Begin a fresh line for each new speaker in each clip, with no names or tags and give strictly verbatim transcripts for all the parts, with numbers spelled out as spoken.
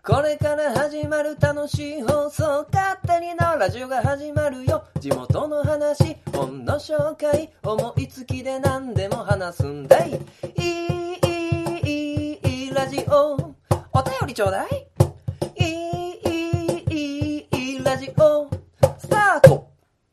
これから始まる楽しい放送、勝手にのラジオが始まるよ。地元の話、本の紹介、思いつきで何でも話すんだい。いいいいいいラジオ、お便りちょうだい。いいいいいいラジオ、スタート。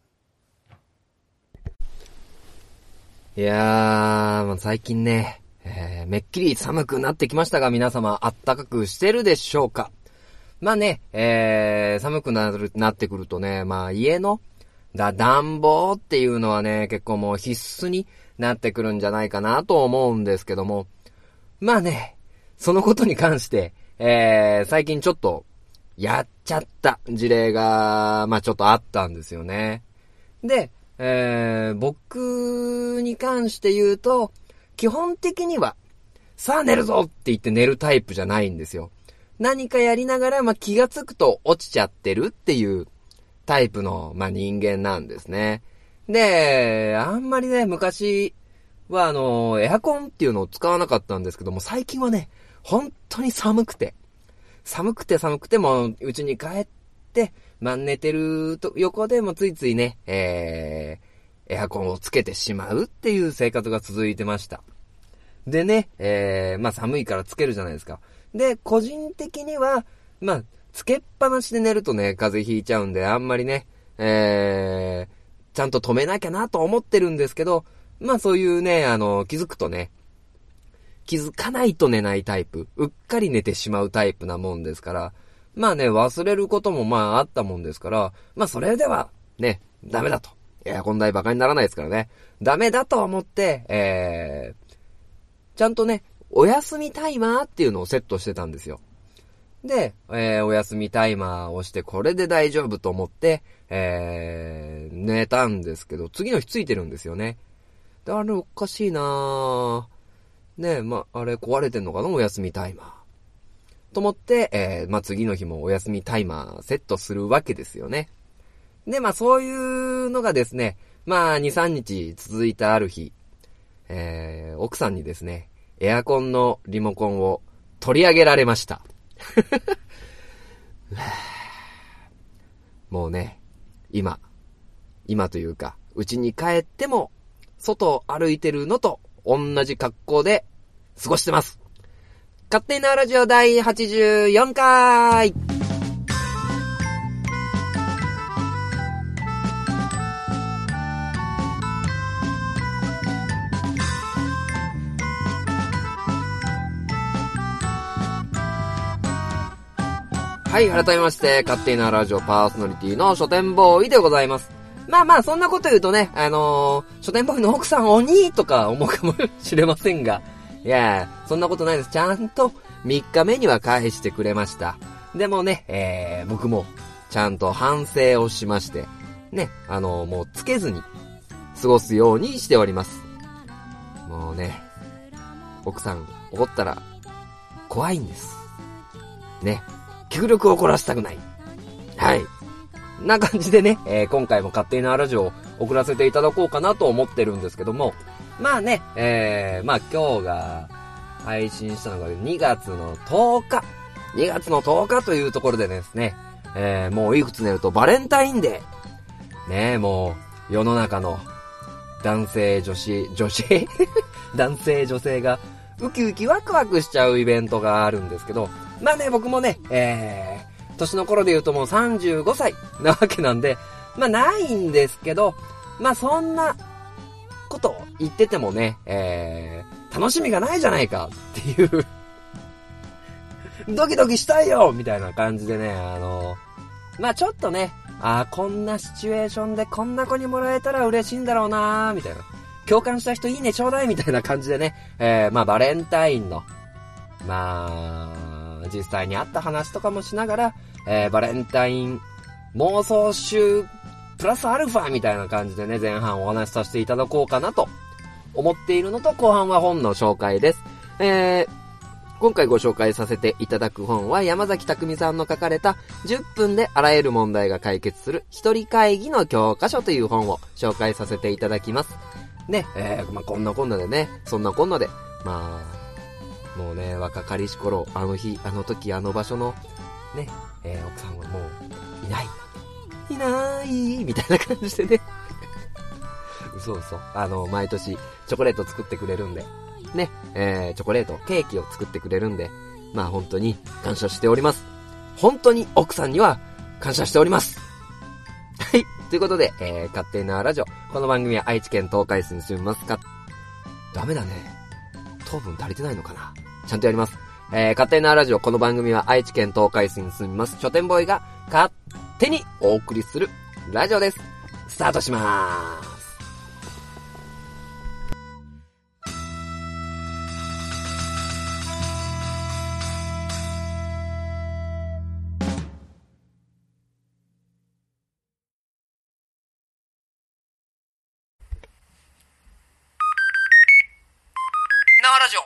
いやー、最近ね、えー、めっきり寒くなってきましたが、皆様あったかくしてるでしょうか。まあね、えー、寒くなる、なってくるとね、まあ家のだ暖房っていうのはね、結構もう必須になってくるんじゃないかなと思うんですけども、まあね、そのことに関して、えー、最近ちょっとやっちゃった事例が、まあちょっとあったんですよね。で、えー、僕に関して言うと、基本的には、さあ寝るぞって言って寝るタイプじゃないんですよ。何かやりながら、まあ、気がつくと落ちちゃってるっていうタイプの、まあ、人間なんですね。で、あんまりね、昔はあの、エアコンっていうのを使わなかったんですけども、最近はね、本当に寒くて、寒くて寒くても、家に帰って、まあ、寝てると横でもついついね、えー、エアコンをつけてしまうっていう生活が続いてました。でね、えー、まあ寒いからつけるじゃないですか。で、個人的には、まあ、つけっぱなしで寝るとね、風邪ひいちゃうんで、あんまりね、えー、ちゃんと止めなきゃなと思ってるんですけど、まあそういうね、あの、気づくとね、気づかないと寝ないタイプ、うっかり寝てしまうタイプなもんですから、まあね、忘れることもまああったもんですから、まあそれでは、ね、ダメだと。エアコン代バカにならないですからね。ダメだと思って、えー、ちゃんとね、お休みタイマーっていうのをセットしてたんですよ。で、えー、お休みタイマーをして、これで大丈夫と思って、えー、寝たんですけど、次の日ついてるんですよね。で、あれおかしいなぁ。ねえ、ま、あれ壊れてんのかな、お休みタイマー。と思って、えー、ま、次の日もお休みタイマーセットするわけですよね。で、まあそういうのがですね、まあに、さんにち続いたある日、えー、奥さんにですね、エアコンのリモコンを取り上げられました。もうね、今、今というか、家に帰っても、外を歩いてるのと同じ格好で過ごしてます。勝手なラジオ第はちじゅうよんかい。はい、改めまして、勝手なラジオパーソナリティの書店ボーイでございます。まあまあ、そんなこと言うとね、あのー、書店ボーイの奥さん鬼とか思うかもしれませんが、いやー、そんなことないです。ちゃんとみっかめには返してくれました。でもね、えー、僕もちゃんと反省をしまして、ね、あのー、もうつけずに過ごすようにしております。もうね、奥さん怒ったら怖いんです。ね。極力怒らせたくない。はい。な感じでね、えー、今回も勝手なラジオを送らせていただこうかなと思ってるんですけども、まあね、えー、まあ今日が配信したのがにがつのとおか。にがつのとおかというところでですね、えー、もういくつ寝るとバレンタインデー。ねえ、もう世の中の男性女子、女子男性女性がウキウキワクワクしちゃうイベントがあるんですけど、まあね、僕もね、えー、年の頃で言うともうさんじゅうごさいなわけなんで、まあないんですけど、まあそんなこと言っててもね、えー、楽しみがないじゃないかっていうドキドキしたいよみたいな感じでね、あのー、まあちょっとね、あーこんなシチュエーションでこんな子にもらえたら嬉しいんだろうなーみたいな、共感した人いいねちょうだいみたいな感じでね、えー、まあバレンタインの、まあ実際にあった話とかもしながら、えー、バレンタイン妄想集プラスアルファみたいな感じでね、前半お話しさせていただこうかなと思っているのと、後半は本の紹介です。えー、今回ご紹介させていただく本は山崎匠さんの書かれたじゅっぷんであらゆる問題が解決する一人会議の教科書という本を紹介させていただきます。ね、えー、まあ、こんなこんなでね、そんなこんなで、まあ、 もうね、若かりし頃、あの日、あの時、あの場所の、ね、えー、奥さんはもう、いない。いない、みたいな感じでね。そうそう。あの、毎年、チョコレート作ってくれるんで、ね、えー、チョコレート、ケーキを作ってくれるんで、まあ本当に感謝しております。本当に奥さんには感謝しております。はい。ということで、えー、勝手なラジオ。この番組は愛知県東海市に住みますか？ダメだね。糖分足りてないのかな？ちゃんとやります。えー、勝手なラジオ。この番組は愛知県東海市に住みます書店ボーイが勝手にお送りするラジオです。スタートしまーす。なラジオ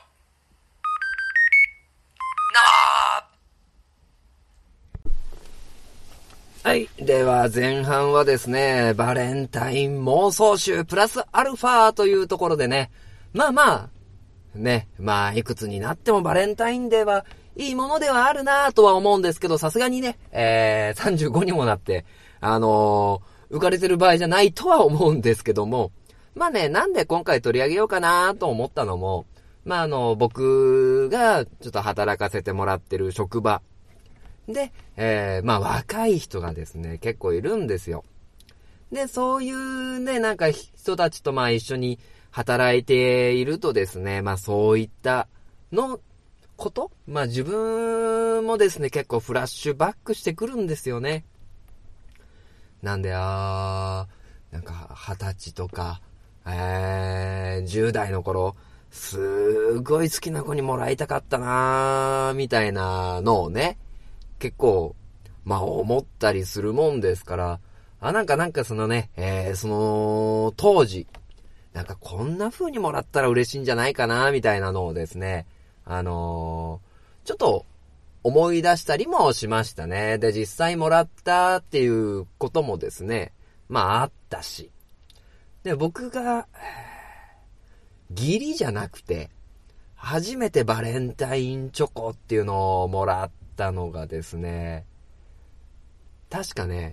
なはい。では前半はですね、バレンタイン妄想集プラスアルファというところでね、まあまあ、ね、まあいくつになってもバレンタインデーはいいものではあるなぁとは思うんですけど、さすがにね、えー、さんじゅうごにもなって、あのー、浮かれてる場合じゃないとは思うんですけども、まあね、なんで今回取り上げようかなと思ったのも、まああの、僕がちょっと働かせてもらってる職場で、えー、まあ若い人がですね、結構いるんですよ。で、そういうね、なんか人たちとまあ一緒に働いているとですね、まあそういったのこと、まあ自分もですね、結構フラッシュバックしてくるんですよね。なんで、あー、なんか二十歳とか、えー、じゅう代の頃、すーごい好きな子にもらいたかったなー、みたいなのをね、結構、まあ思ったりするもんですから、あ、なんかなんかそのね、えー、その、当時、なんかこんな風にもらったら嬉しいんじゃないかな、みたいなのをですね、あのー、ちょっと思い出したりもしましたね。で、実際もらったっていうこともですね、まああったし。で、僕が、義理じゃなくて、初めてバレンタインチョコっていうのをもらったのがですね、確かね、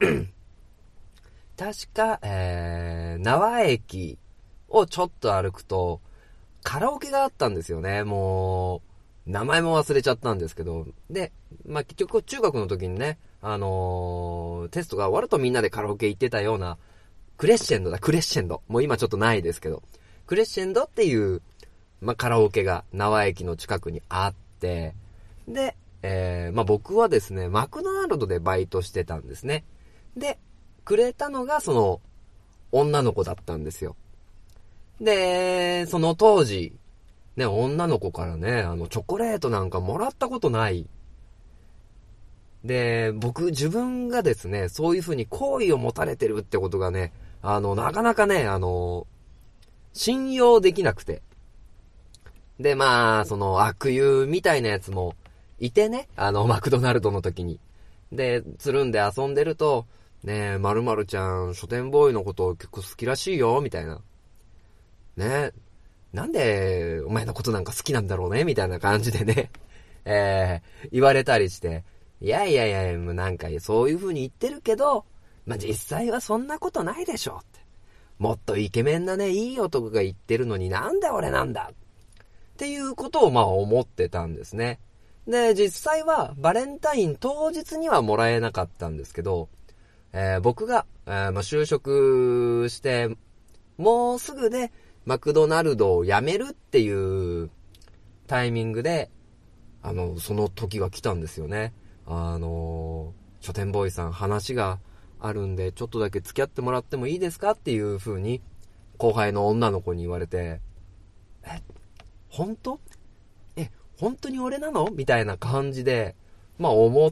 確か、えー、縄駅をちょっと歩くと、カラオケがあったんですよね。もう、名前も忘れちゃったんですけど。で、まあ、結局中学の時にね、あのー、テストが終わるとみんなでカラオケ行ってたような、クレッシェンドだ、クレッシェンド。もう今ちょっとないですけど、クレッシェンドっていう、まあ、カラオケが縄駅の近くにあって、で、えー、まあ、僕はですね、マクドナルドでバイトしてたんですね。で、くれたのがその、女の子だったんですよ。で、その当時、ね、女の子からね、あの、チョコレートなんかもらったことない。で、僕、自分がですね、そういう風に好意を持たれてるってことがね、あの、なかなかね、あの、信用できなくて。で、まあ、その悪友みたいなやつもいてね、あの、マクドナルドの時に。で、つるんで遊んでると、ねえ、〇〇ちゃん、書店ボーイのこと結構好きらしいよ、みたいな。ねえ、なんで、お前のことなんか好きなんだろうね、みたいな感じでね、えー、言われたりして、いやいやいや、もうなんか、そういう風に言ってるけど、まあ、実際はそんなことないでしょ、って。もっとイケメンなね、いい男が言ってるのになんで俺なんだっていうことをまあ思ってたんですね。で、実際はバレンタイン当日にはもらえなかったんですけど、えー、僕が、えーまあ、就職して、もうすぐでマクドナルドを辞めるっていうタイミングで、あの、その時が来たんですよね。あのー、書店ボーイさん話があるんで、ちょっとだけ付き合ってもらってもいいですかっていう風に、後輩の女の子に言われて、え、本当？え、本当に俺なの？みたいな感じで、まあ思って、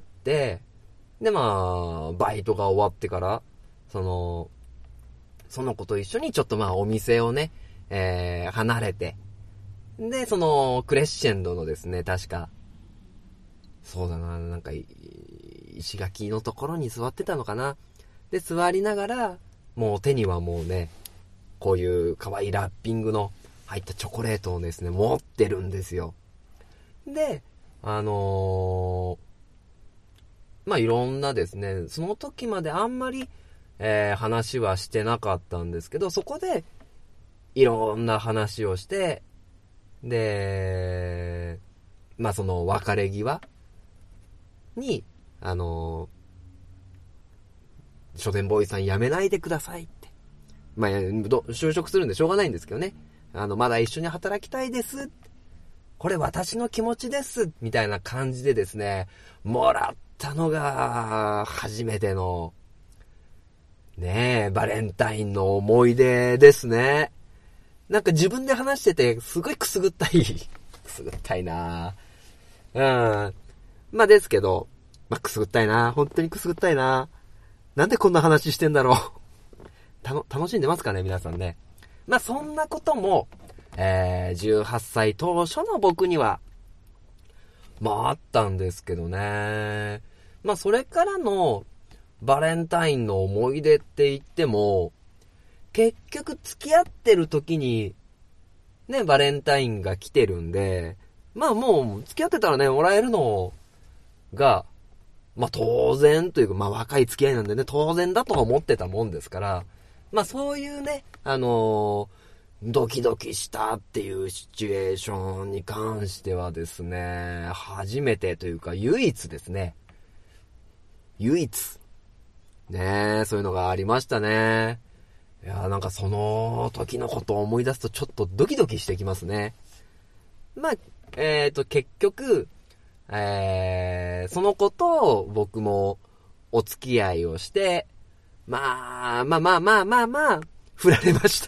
でまあ、バイトが終わってから、その、その子と一緒にちょっとまあお店をね、えー、離れて、で、その、クレッシェンドのですね、確か、そうだな、なんか、石垣のところに座ってたのかな。で、座りながら、もう手にはもうね、こういう可愛いラッピングの入ったチョコレートをですね、持ってるんですよ。 で、あのー、まあ、いろんなですね、その時まであんまり、えー、話はしてなかったんですけど、そこで、いろんな話をして、で、まあ、その別れ際に、あのー、書店ボーイさん辞めないでくださいって。まあ、就職するんでしょうがないんですけどね。あの、まだ一緒に働きたいです。これ私の気持ちです。みたいな感じでですね、もらったのが、初めての、ねえ、バレンタインの思い出ですね。なんか自分で話してて、すごいくすぐったい。くすぐったいなうん。まあですけど、まあくすぐったいな本当にくすぐったいななんでこんな話してんだろう。たの、楽しんでますかね、皆さんね。まあそんなことも、えー、じゅうはっさい当初の僕には、まああったんですけどね。まあそれからのバレンタインの思い出って言っても、結局付き合ってる時に、ね、バレンタインが来てるんで、まあもう付き合ってたらね、もらえるのが、まあ当然というか、まあ若い付き合いなんでね、当然だと思ってたもんですから、まあそういうね、あのー、ドキドキしたっていうシチュエーションに関してはですね、初めてというか唯一ですね。唯一。ねえ、そういうのがありましたね。いやーなんかその時のことを思い出すとちょっとドキドキしてきますね。まあ、えーと、結局、えー、そのことを僕もお付き合いをして、まあ、まあまあまあまあまあ、振られました。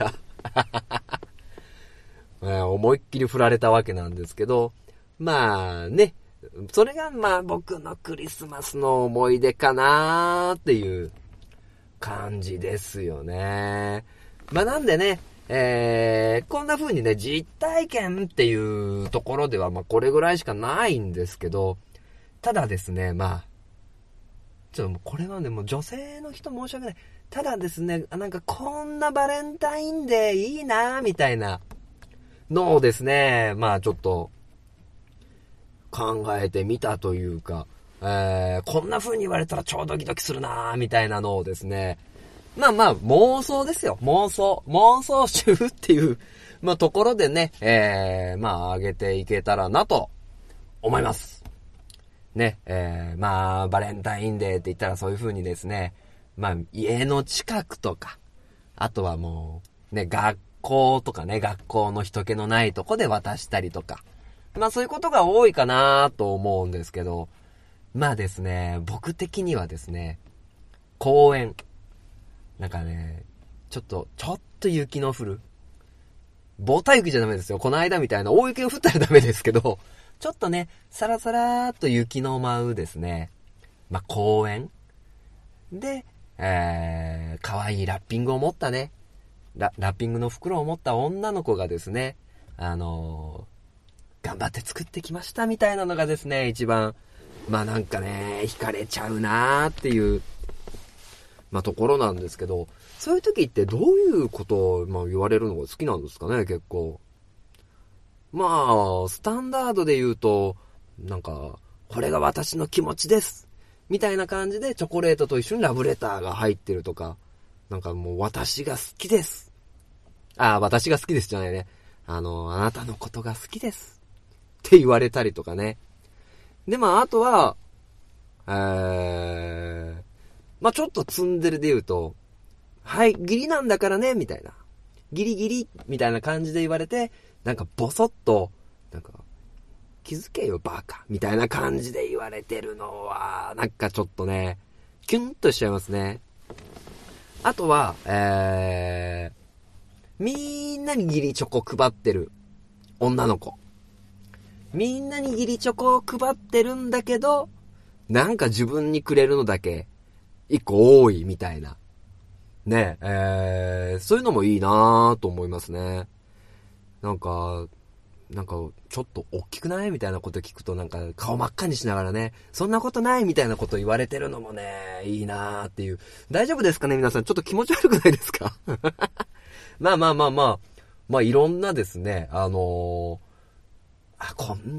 思いっきり振られたわけなんですけど、まあね、それがまあ僕のクリスマスの思い出かなーっていう感じですよね。まあなんでね、えー、こんな風にね、実体験っていうところではまあこれぐらいしかないんですけど、ただですね、まあ、ちょっともうこれはね、もう女性の人申し訳ない。ただですね、なんかこんなバレンタインデーいいなーみたいなのをですね、まあちょっと考えてみたというか、えー、こんな風に言われたら超ドキドキするなーみたいなのをですね、まあまあ妄想ですよ。妄想。妄想集っていう、まあところでね、えー、まあ上げていけたらなと思います。ね、えー、まあバレンタインデーって言ったらそういう風にですね、まあ家の近くとか、あとはもう、ね、学校とかね、学校の人気のないとこで渡したりとか、まあそういうことが多いかなと思うんですけど、まあですね、僕的にはですね、公園。なんかね、ちょっと、ちょっと雪の降る。ボタ雪じゃダメですよ。この間みたいな大雪が降ったらダメですけど、ちょっとね、サラサラーっと雪の舞うですね、まあ公園で、えー、可愛いラッピングを持ったね、ラ、ラッピングの袋を持った女の子がですね、あのー、頑張って作ってきましたみたいなのがですね、一番、まあなんかね、惹かれちゃうなーっていう、まあところなんですけど、そういう時ってどういうことを、まあ、言われるのが好きなんですかね、結構。まあ、スタンダードで言うと、なんか、これが私の気持ちです。みたいな感じでチョコレートと一緒にラブレターが入ってるとか、なんかもう私が好きです。ああ、私が好きですじゃないね。あの、あなたのことが好きです。って言われたりとかね。で、まあ、あとは、えー、まあ、ちょっとツンデレで言うと、はい、ギリなんだからね、みたいな。ギリギリ、みたいな感じで言われて、なんかボソッと、なんか、気づけよバカ、みたいな感じで言われてるのは、なんかちょっとね、キュンとしちゃいますね。あとは、えー、みんなにギリチョコ配ってる女の子。みんなにギリチョコを配ってるんだけど、なんか自分にくれるのだけ、一個多いみたいな。ねえ、えー、そういうのもいいなぁと思いますね。なんか、なんか、ちょっと大きくないみたいなこと聞くとなんか顔真っ赤にしながらね、そんなことないみたいなこと言われてるのもね、いいなーっていう。大丈夫ですかね皆さん、ちょっと気持ち悪くないですかまあまあまあまあ、まあいろんなですね、あのー、あ、こんな、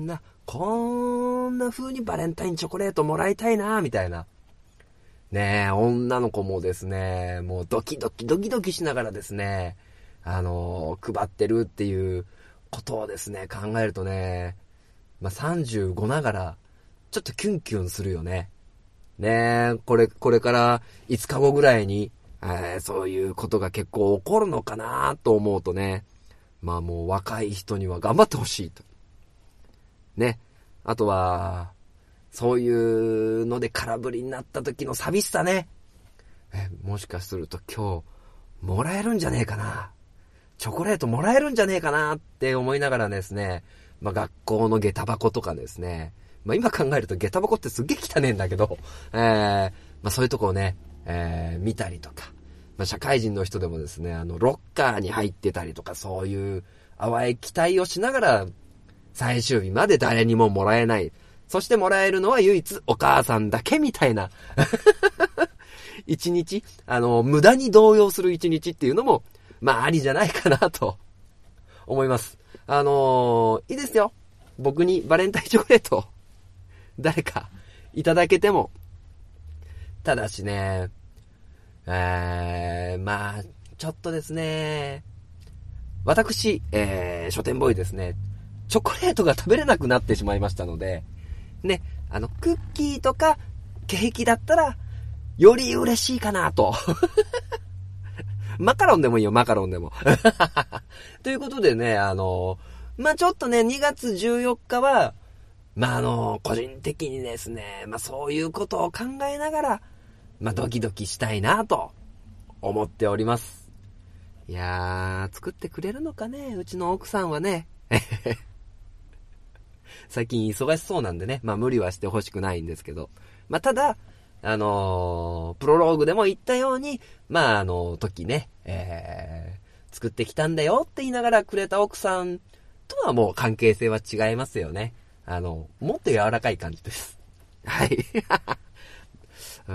こんな風にバレンタインチョコレートもらいたいな、みたいな。ねえ、女の子もですね、もうドキドキドキドキしながらですね、あのー、配ってるっていうことをですね、考えるとね、まあ、さんじゅうごながら、ちょっとキュンキュンするよね。ねえ、これ、これからいつかごぐらいに、えー、そういうことが結構起こるのかなと思うとね、まあもう若い人には頑張ってほしいと。ね。あとは、そういうので空振りになった時の寂しさね。え、もしかすると今日、もらえるんじゃねえかな。チョコレートもらえるんじゃねえかなって思いながらですね、まあ学校の下駄箱とかですね、まあ今考えると下駄箱ってすっげえ汚ねえんだけど、えー、まあそういうとこをね、えー、見たりとか、まあ社会人の人でもですね、あのロッカーに入ってたりとか、そういう淡い期待をしながら、最終日まで誰にももらえない。そしてもらえるのは唯一お母さんだけみたいな。一日、あの、無駄に動揺する一日っていうのも、まあありじゃないかなと思います。あのー、いいですよ。僕にバレンタインチョコレート誰かいただけても。ただしね、えー、まあ、ちょっとですね、私、えー、書店ボーイですね、チョコレートが食べれなくなってしまいましたので、ね、あの、クッキーとかケーキだったら、より嬉しいかなと。マカロンでもいいよ、マカロンでも。ということでね、あの、まあ、ちょっとね、にがつじゅうよっかは、まあ、あの、個人的にですね、まあ、そういうことを考えながら、まあ、ドキドキしたいなと思っております。いやー、作ってくれるのかね、うちの奥さんはね。最近忙しそうなんでね、まあ無理はしてほしくないんですけど。まあただ、あのー、プロローグでも言ったように、まああの、時ね、えー、作ってきたんだよって言いながらくれた奥さんとはもう関係性は違いますよね。あの、もっと柔らかい感じです。はい。う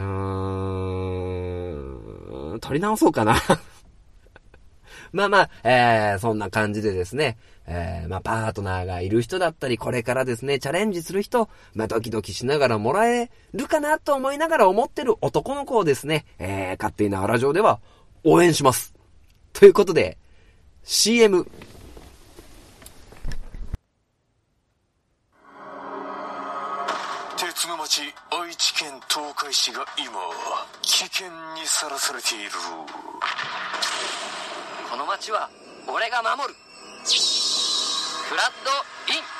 ーん、取り直そうかな。まあまあ、えー、そんな感じでですね、えー、まあパートナーがいる人だったり、これからですね、チャレンジする人、まあドキドキしながらもらえるかなと思いながら思ってる男の子をですね、えー、勝手になラジオでは応援します。ということで、シーエム。
鉄の町、愛知県東海市が今、危険にさらされている。
この町は俺が守る。フラッドイン。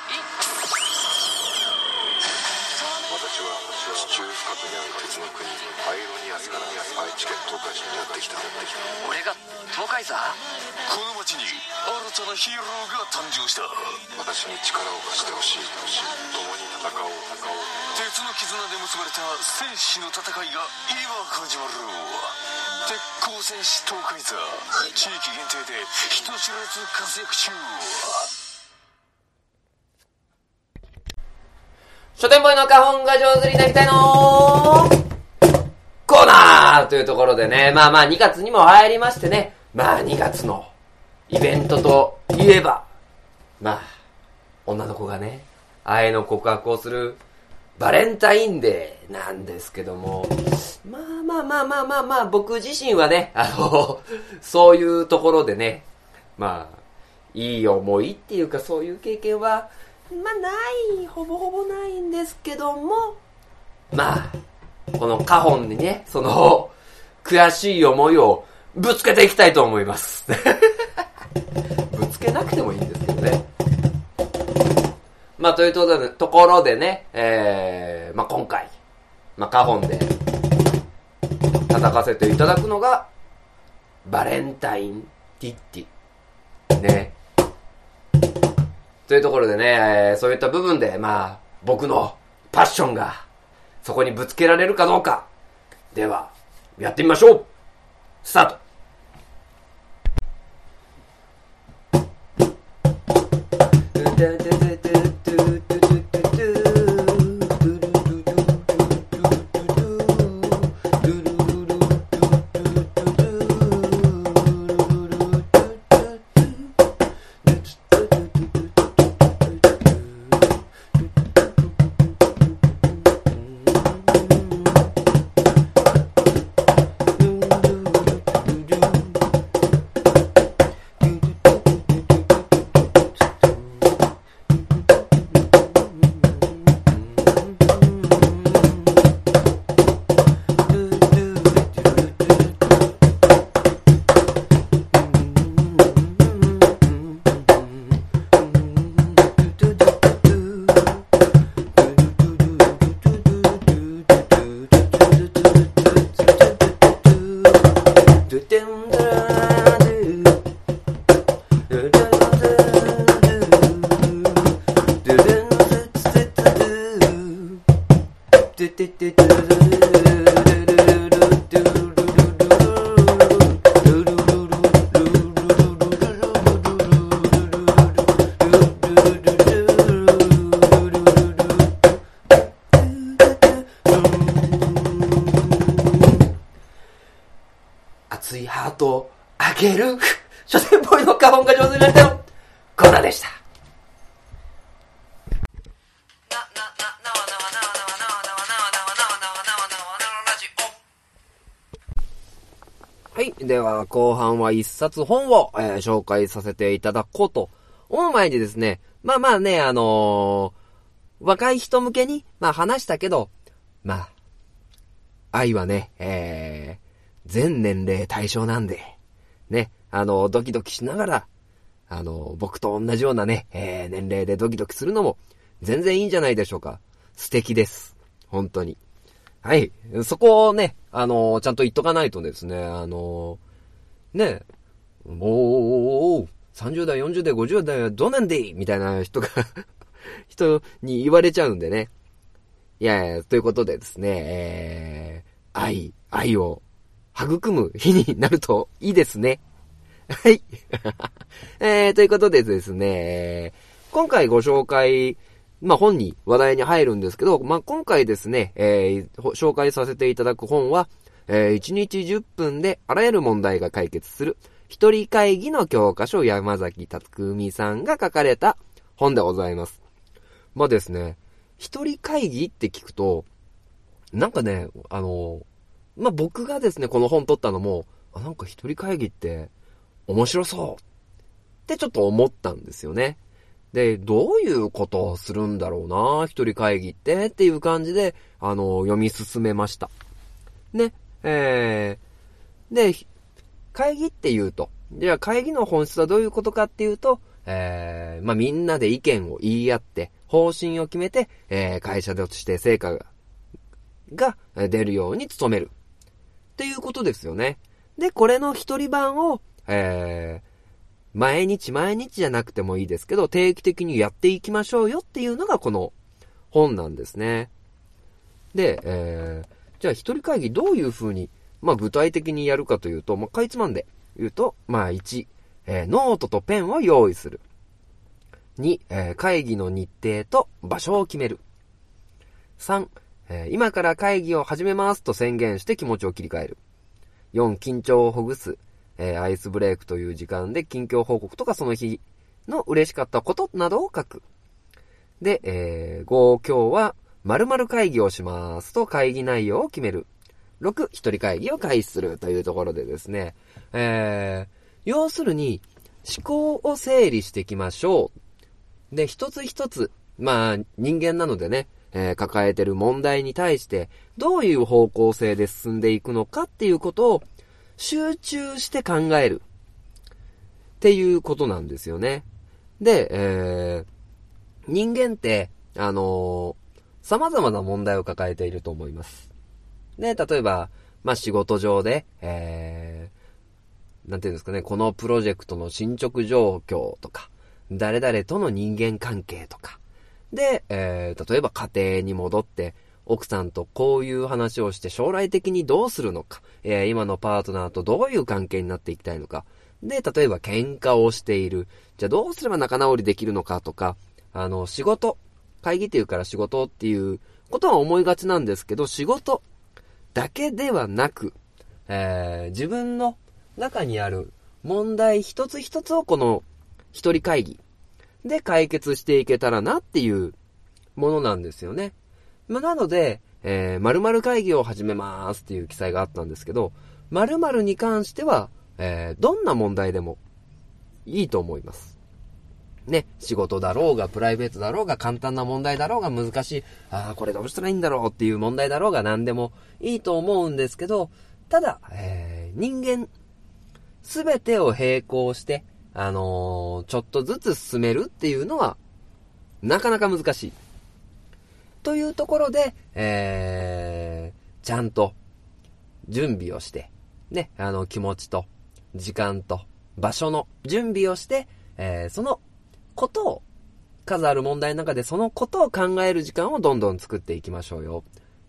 私は地中深くにある鉄の国アイロニアスから愛知県東海市にやってきた。
俺が東海座。
この町に新たなヒーローが誕生した。私に力を貸してほしい。共に戦おう。鉄の絆で結ばれた戦士の戦いが今始まる。鉄鋼戦士東海座、地域限定で人知れず活躍中。
書店ボーイの花本が上手になりたいのコーナーというところでね、まあまあにがつにも入りましてね、まあにがつのイベントといえば、まあ女の子がね、愛の告白をするバレンタインデーなんですけども、まあまあまあまあまあまあ僕自身はね、あのそういうところでね、まあいい思いっていうかそういう経験はまあないほぼほぼないんですけども、まあこの花本にね、その悔しい思いをぶつけていきたいと思いますぶつけなくてもいいんですけどね。まあというところでね、えー、まあ今回、まあ花本で叩かせていただくのがバレンタインティッティね。というところでね、えー、そういった部分でまあ僕のパッションがそこにぶつけられるかどうか、ではやってみましょう。スタート。 熱いハートをあげる書店ボーイの花本が上手になったよコーナーでした。はい。では、後半は一冊本を、えー、紹介させていただこうと思う前にですね、まあまあね、あのー、若い人向けに、まあ話したけど、まあ、愛はね、えー、全年齢対象なんで、ね、あの、ドキドキしながら、あの、僕と同じようなね、えー、年齢でドキドキするのも、全然いいんじゃないでしょうか。素敵です。本当に。はい。そこをね、あのー、ちゃんと言っとかないとですね、あのー、ね、もう、さんじゅう代、よんじゅう代、ごじゅう代はどうなんでいみたいな人が、人に言われちゃうんでね。いやいや、ということでですね、えー、愛、愛を育む日になるといいですね。はい。えー、ということでですね、今回ご紹介、まあ、本に話題に入るんですけど、まあ、今回ですね、えー、紹介させていただく本は、えー、いちにちじゅっぷんであらゆる問題が解決する一人会議の教科書山崎拓海さんが書かれた本でございます。まあですね、一人会議って聞くと、なんかね、あの、まあ、僕がですね、この本取ったのも、あ、なんか一人会議って面白そうってちょっと思ったんですよね。で、どういうことをするんだろうな、一人会議ってっていう感じで、あの、読み進めました。ね、えー、で、会議っていうと、じゃあ会議の本質はどういうことかっていうと、えー、まあ、みんなで意見を言い合って、方針を決めて、えー、会社として成果が、が出るように努める。っていうことですよね。で、これの一人版を、えー、毎日毎日じゃなくてもいいですけど、定期的にやっていきましょうよっていうのがこの本なんですね。で、えー、じゃあ一人会議どういう風に、まあ具体的にやるかというと、まあかいつまんで言うと、まあいち、えー、ノートとペンを用意する。に、えー、会議の日程と場所を決める。さん、えー、今から会議を始めますと宣言して気持ちを切り替える。よん、緊張をほぐす。えー、アイスブレイクという時間で近況報告とかその日の嬉しかったことなどを書く。で、えー、ご、今日は〇〇会議をしますと会議内容を決める。ろく、一人会議を開始するというところでですね、えー、要するに思考を整理していきましょう。で、一つ一つ、まあ人間なのでね、えー、抱えてる問題に対してどういう方向性で進んでいくのかっていうことを集中して考えるっていうことなんですよね。で、えー、人間って、あのー、様々な問題を抱えていると思います。で、例えば、まあ、仕事上で、えー、なんていうんですかね、このプロジェクトの進捗状況とか、誰々との人間関係とか、で、えー、例えば家庭に戻って、奥さんとこういう話をして将来的にどうするのか、えー、今のパートナーとどういう関係になっていきたいのか、で、例えば喧嘩をしている、じゃあどうすれば仲直りできるのかとか、あの、仕事、会議っていうから仕事っていうことは思いがちなんですけど、仕事だけではなく、えー、自分の中にある問題一つ一つをこの一人会議で解決していけたらなっていうものなんですよね。まあ、なので、えー、〇〇会議を始めますっていう記載があったんですけど、〇〇に関しては、えー、どんな問題でもいいと思います。ね、仕事だろうが、プライベートだろうが、簡単な問題だろうが、難しい、ああ、これどうしたらいいんだろうっていう問題だろうが、何でもいいと思うんですけど、ただ、えー、人間、すべてを並行して、あのー、ちょっとずつ進めるっていうのは、なかなか難しい。というところで、えー、ちゃんと準備をして、ね、あの気持ちと時間と場所の準備をして、えー、そのことを、数ある問題の中でそのことを考える時間をどんどん作っていきましょうよ。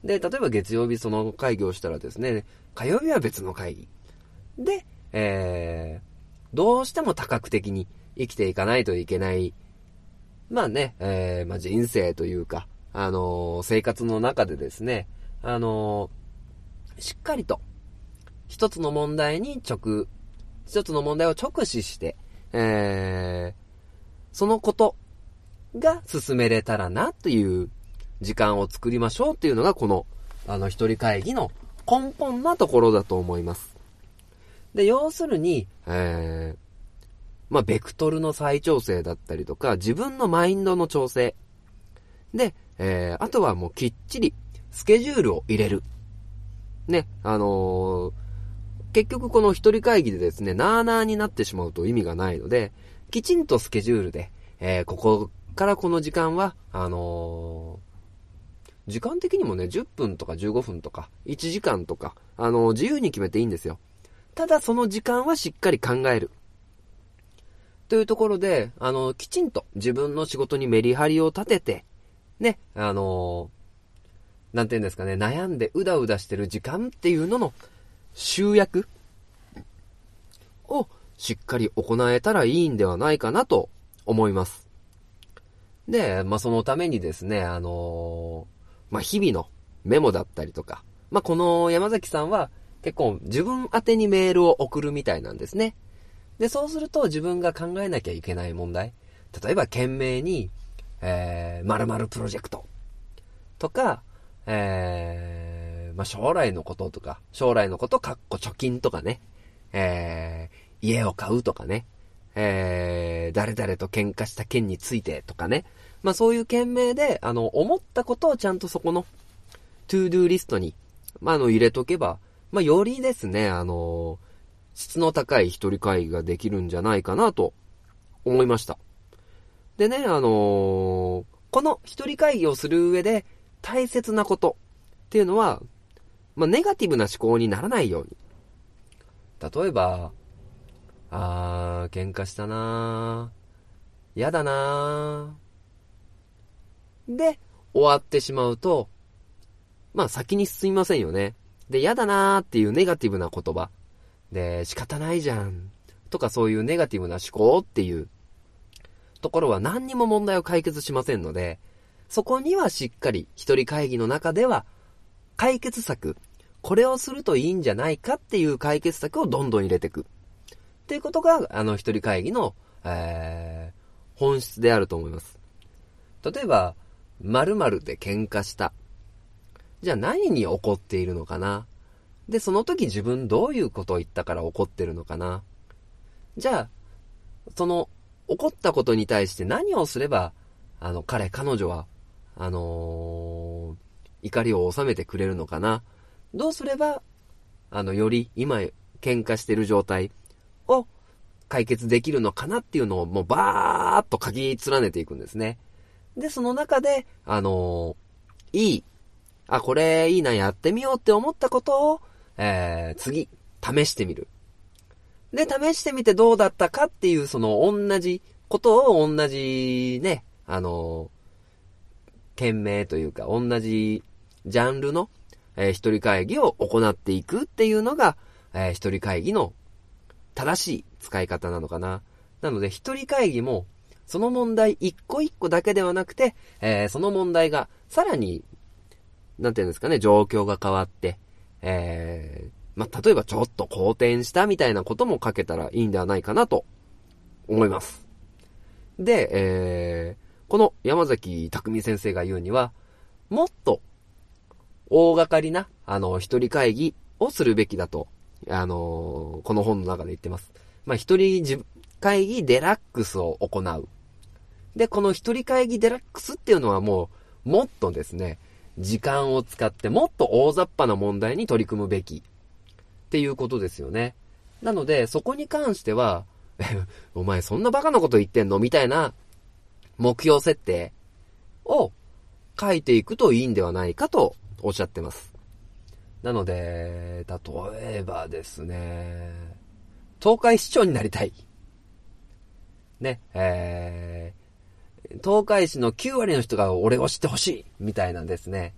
で、例えば月曜日その会議をしたらですね、火曜日は別の会議。で、えー、どうしても多角的に生きていかないといけない。まあね、えー、まあ人生というか、あのー、生活の中でですね、あのー、しっかりと、一つの問題に直、一つの問題を直視して、えー、そのことが進めれたらなという時間を作りましょうっていうのがこの、あの一人会議の根本なところだと思います。で、要するに、えー、まあ、ベクトルの再調整だったりとか、自分のマインドの調整。で、えー、あとはもうきっちりスケジュールを入れる。ね、あのー、結局この一人会議でですね、なーなーになってしまうと意味がないので、きちんとスケジュールで、えー、ここからこの時間は、あのー、時間的にもね、じゅっぷんとかじゅうごふんとか、いちじかんとか、あのー、自由に決めていいんですよ。ただその時間はしっかり考える。というところで、あのー、きちんと自分の仕事にメリハリを立てて、ね、あのー、なんていうんですかね、悩んでうだうだしてる時間っていうのの集約をしっかり行えたらいいんではないかなと思います。で、まあ、そのためにですね、あのー、まあ、日々のメモだったりとか、まあ、この山崎さんは結構自分宛てにメールを送るみたいなんですね。で、そうすると自分が考えなきゃいけない問題、例えば懸命に、えー、〇〇プロジェクトとか、えー、まあ、将来のこととか、将来のことかっこ貯金とかね、えー、家を買うとかね、えー、誰々と喧嘩した件についてとかね、まあ、そういう懸命で、あの、思ったことをちゃんとそこの、トゥードゥーリストに、まあ、あの、入れとけば、まあ、よりですね、あの、質の高い一人会議ができるんじゃないかなと思いました。でね、あのー、この一人会議をする上で大切なことっていうのは、まあ、ネガティブな思考にならないように。例えば、あー、喧嘩したなー、やだなー。で、終わってしまうと、まあ先に進みませんよね。で、やだなーっていうネガティブな言葉。で、仕方ないじゃん。とかそういうネガティブな思考っていうところは何にも問題を解決しませんので、そこにはしっかり一人会議の中では解決策、これをするといいんじゃないかっていう解決策をどんどん入れていく。っていうことが、あの一人会議の、えー、本質であると思います。例えば、〇〇で喧嘩した。じゃあ何に怒っているのかな？で、その時自分どういうことを言ったから怒ってるのかな？じゃあ、その怒ったことに対して何をすれば、あの彼、彼女は、あのー、怒りを収めてくれるのかな？どうすれば、あの、より今喧嘩してる状態を解決できるのかなっていうのをもうバーっと書き連ねていくんですね。で、その中で、あのー、いい、あ、これいいな、やってみようって思ったことを、えー、次、試してみる。で、試してみてどうだったかっていう、その同じことを同じね、あのー、件名というか、同じジャンルの、えー、一人会議を行っていくっていうのが、えー、一人会議の正しい使い方なのかな。なので、一人会議も、その問題一個一個だけではなくて、えー、その問題がさらになんていうんですかね、状況が変わって、えー、まあ、例えばちょっと好転したみたいなことも書けたらいいんではないかなと思います。で、えー、この山崎匠先生が言うには、もっと大掛かりな、あの、一人会議をするべきだと、あのー、この本の中で言ってます。まあ、一人会議デラックスを行う。で、この一人会議デラックスっていうのはもう、もっとですね、時間を使ってもっと大雑把な問題に取り組むべきっていうことですよね。なのでそこに関してはお前そんなバカなこと言ってんのみたいな目標設定を書いていくといいんではないかとおっしゃってます。なので例えばですね、東海市長になりたいね、えー東海市のきゅうわりの人が俺を知ってほしいみたいなんですね。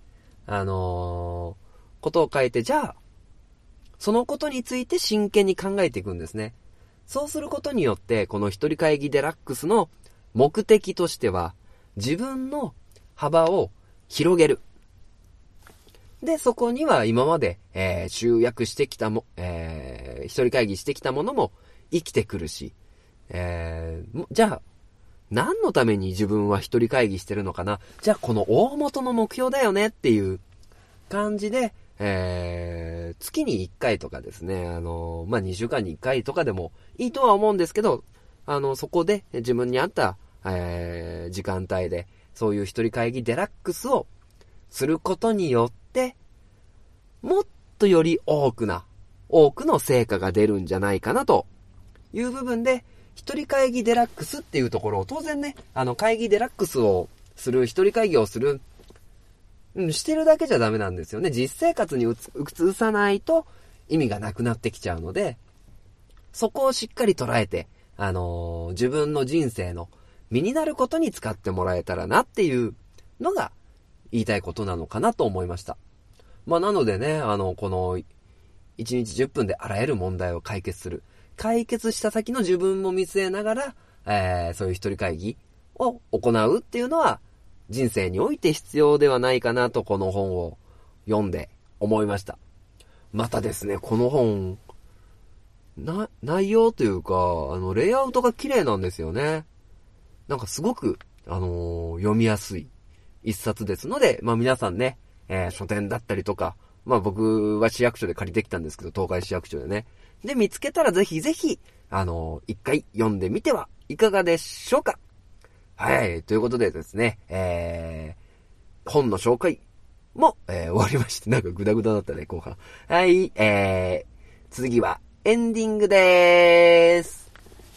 あのー、ことを書いて、じゃあ、そのことについて真剣に考えていくんですね。そうすることによって、この一人会議デラックスの目的としては、自分の幅を広げる。で、そこには今まで、えー、集約してきたも、えー、一人会議してきたものも生きてくるし、えー、じゃあ、何のために自分は一人会議してるのかな？じゃあこの大元の目標だよねっていう感じで、えー、月にいっかいとかですね、あの、まあ、にしゅうかんにいっかいとかでもいいとは思うんですけど、あの、そこで自分に合った、えー、時間帯で、そういう一人会議デラックスをすることによって、もっとより多くな、多くの成果が出るんじゃないかなという部分で、一人会議デラックスっていうところを当然ね、あの会議デラックスをする、一人会議をする、うん、してるだけじゃダメなんですよね。実生活に移さないと意味がなくなってきちゃうので、そこをしっかり捉えて、あのー、自分の人生の身になることに使ってもらえたらなっていうのが言いたいことなのかなと思いました。まあなのでね、あの、このいちにちじゅっぷんであらゆる問題を解決する。解決した先の自分も見据えながら、えー、そういう一人会議を行うっていうのは人生において必要ではないかなとこの本を読んで思いました。またですね、この本、な、内容というか、あの、レイアウトが綺麗なんですよね。なんかすごく、あのー、読みやすい一冊ですので、まあ皆さんね、えー、書店だったりとか、まあ僕は市役所で借りてきたんですけど、東海市役所でね。で、見つけたらぜひぜひ、あのー、一回読んでみてはいかがでしょうか。はい、ということでですね、えー、本の紹介も、えー、終わりまして、なんかグダグダだったね、後半。はい、えー、次はエンディングでーす。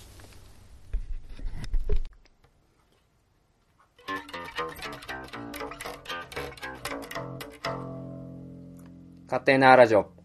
勝手なラジオ。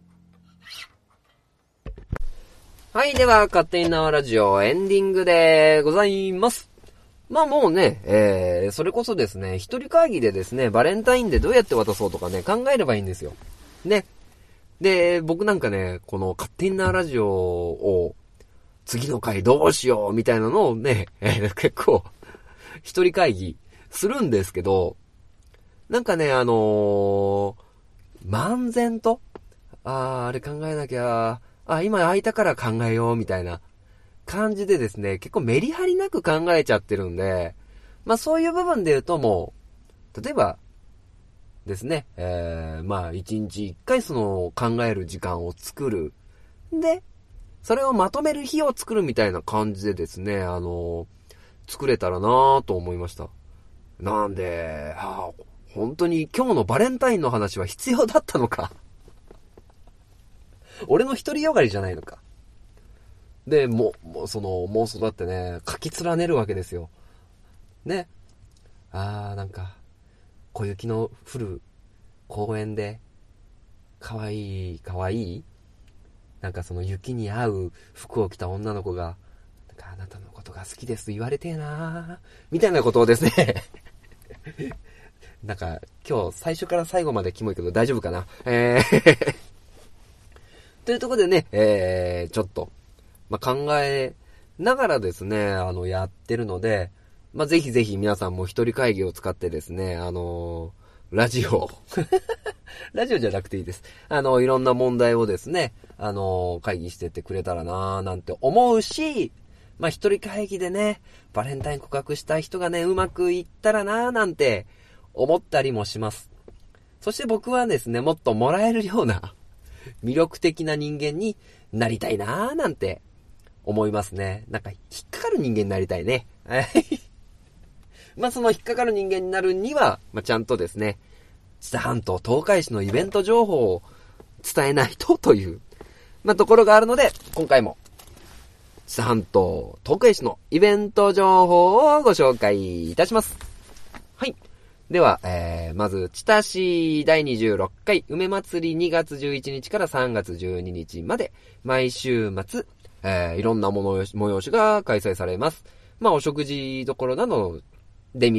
はい、では、勝手に縄ラジオエンディングでございます。まあもうね、えー、それこそですね、一人会議でですね、バレンタインでどうやって渡そうとかね、考えればいいんですよ。ね。で、僕なんかね、この勝手に縄ラジオを、次の回どうしようみたいなのをね、えー、結構、一人会議するんですけど、なんかね、あのー、漫然と、あー、あれ考えなきゃ、あ、今空いたから考えようみたいな感じでですね、結構メリハリなく考えちゃってるんで、まあそういう部分で言うともう、例えばですね、えー、まあ一日一回その考える時間を作る。で、それをまとめる日を作るみたいな感じでですね、あのー、作れたらなぁと思いました。なんで、はあ、本当に今日のバレンタインの話は必要だったのか。俺の一人よがりじゃないのか。で、もう、もうその妄想だってね、書き連ねるわけですよ。ね。あー、なんか、小雪の降る公園で、かわいい、かわいいなんかその雪に合う服を着た女の子が、なんかあなたのことが好きです言われてえなー、みたいなことをですね。なんか、今日最初から最後までキモいけど大丈夫かな。えーというところでね、えー、ちょっと、まあ、考えながらですね、あの、やってるので、まあ、ぜひぜひ皆さんも一人会議を使ってですね、あのー、ラジオ、ラジオじゃなくていいです。あの、いろんな問題をですね、あのー、会議してってくれたらなーなんて思うし、まあ、一人会議でね、バレンタイン告白したい人がね、うまくいったらなーなんて思ったりもします。そして僕はですね、もっともらえるような、魅力的な人間になりたいなーなんて思いますね。なんか引っかかる人間になりたいね。まあその引っかかる人間になるには、まあ、ちゃんとですね、知多半島東海市のイベント情報を伝えないとという、まあところがあるので、今回も知多半島東海市のイベント情報をご紹介いたします。はい。では、えー、まず、知多市だいにじゅうろっかい梅祭りにがつじゅういちにちからさんがつじゅうににちまで、毎週末、えー、いろんな催しが開催されます。まあ、お食事どころなど、出店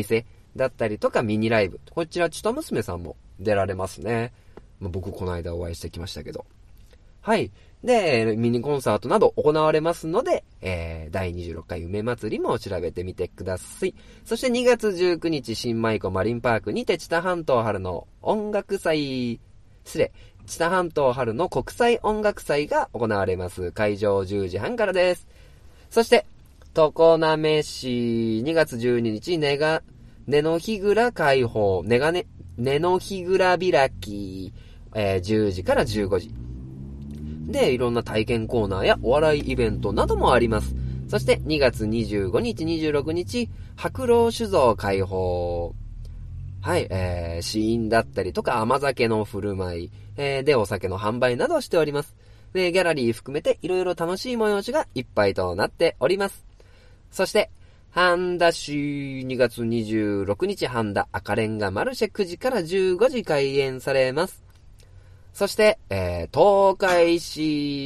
だったりとかミニライブ。こちら、ちと娘さんも出られますね。まあ、僕、この間お会いしてきましたけど。はい。で、ミニコンサートなど行われますので、えー、だいにじゅうろっかい梅祭りも調べてみてください。そしてにがつじゅうくにち、新舞子マリンパークにて、知多半島春の音楽祭、失礼、知多半島春の国際音楽祭が行われます。会場じゅうじはんからです。そして、常滑市にがつじゅうににち、ねが、ねの日蔵開放、ねがね、ねの日蔵開き、えー、じゅうじからじゅうごじ。で、いろんな体験コーナーやお笑いイベントなどもあります。そしてにがつにじゅうごにち、にじゅうろくにち、白老酒造開放。はい、えー、試飲だったりとか甘酒の振る舞い、えー、でお酒の販売などをしております。で、ギャラリー含めていろいろ楽しい催しがいっぱいとなっております。そして、半田市にがつにじゅうろくにち半田赤レンガマルシェくじからじゅうごじ開演されます。そして、えー、東海市、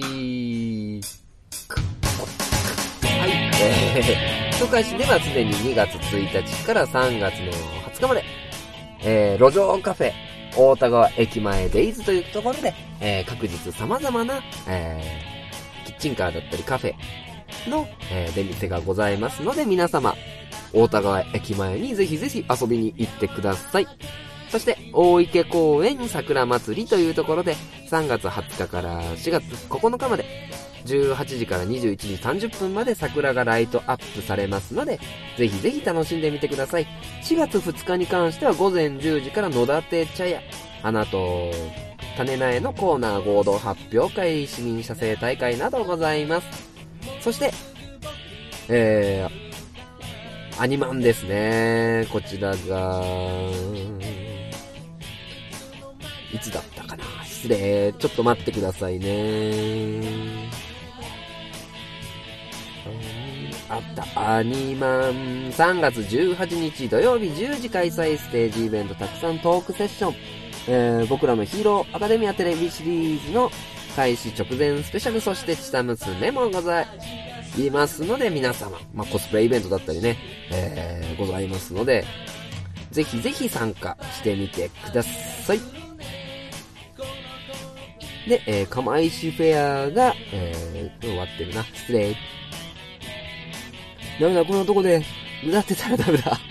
はい、えー、東海市ではすでににがつついたちからさんがつのはつかまで、えー、路上カフェ、大田川駅前デイズというところで、えー、各日様々な、えー、キッチンカーだったりカフェの、えー、出店がございますので、皆様、大田川駅前にぜひぜひ遊びに行ってください。そして、大池公園桜祭りというところで、さんがつはつかからしがつここのかまで、じゅうはちじからにじゅういちじさんじゅっぷんまで桜がライトアップされますので、ぜひぜひ楽しんでみてください。しがつふつかに関しては午前じゅうじから野立茶屋、花と種苗のコーナー合同発表会、市民写生大会などございます。そして、えー、アニマンですね。こちらが、いつだったかな、失礼。ちょっと待ってくださいね。あった。アニマン。さんがつじゅうはちにち土曜日じゅうじ開催ステージイベントたくさんトークセッション。えー、僕らのヒーローアカデミアテレビシリーズの開始直前スペシャル、そしてチタ娘もございますので、皆様、まあ、コスプレイベントだったりね、えー、ございますので、ぜひぜひ参加してみてください。で、えー、釜石フェアが、えー、終わってるな。失礼。ダメだ、このとこで、うなってたらダメだ。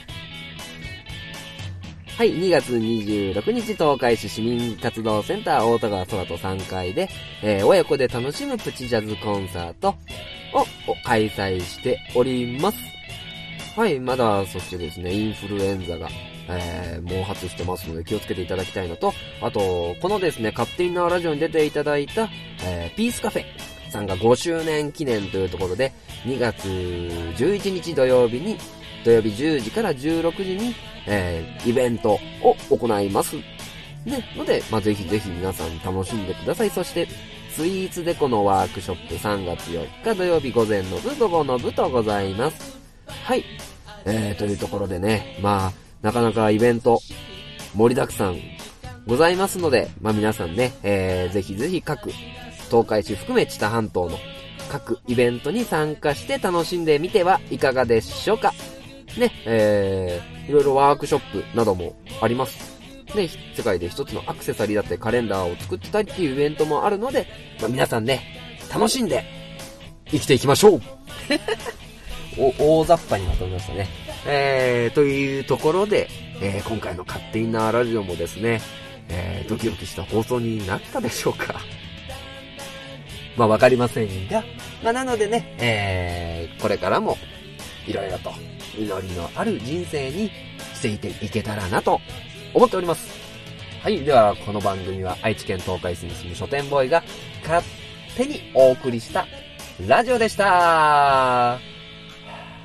はい、にがつにじゅうろくにち、東海市市民活動センター大田川空とさんかいで、えー、親子で楽しむプチジャズコンサートを開催しております。はい、まだ、そしてですね、インフルエンザが、えー、猛発してますので気をつけていただきたいのと、あと、このですね、勝手に縄ラジオに出ていただいた、えー、ピースカフェさんがごしゅうねん記念というところで、にがつじゅういちにち土曜日に、土曜日じゅうじからじゅうろくじに、えー、イベントを行います。ね、ので、まあ、ぜひぜひ皆さん楽しんでください。そして、スイーツデコのワークショップさんがつよっか土曜日午前の部、午後の部とございます。はい。えー、というところでね、まあ、なかなかイベント盛りだくさんございますので、まあ皆さんね、えー、ぜひぜひ各東海市含め知多半島の各イベントに参加して楽しんでみてはいかがでしょうか。ね、えー、いろいろワークショップなどもあります。ね、世界で一つのアクセサリーだったりカレンダーを作ってたりっていうイベントもあるので、まあ皆さんね、楽しんで生きていきましょうお大雑把にまとめましたね。えー、というところで、えー、今回の勝手に縄ラジオもですね、えー、ドキドキした放送になったでしょうか。まあわかりませんが、まあなのでね、えー、これからもいろいろと実りのある人生にしていていけたらなと思っております。はい、ではこの番組は愛知県東海市に住む書店ボーイが勝手にお送りしたラジオでした。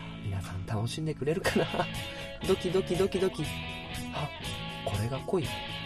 楽しんでくれるかなドキドキドキドキ。あ、これが恋。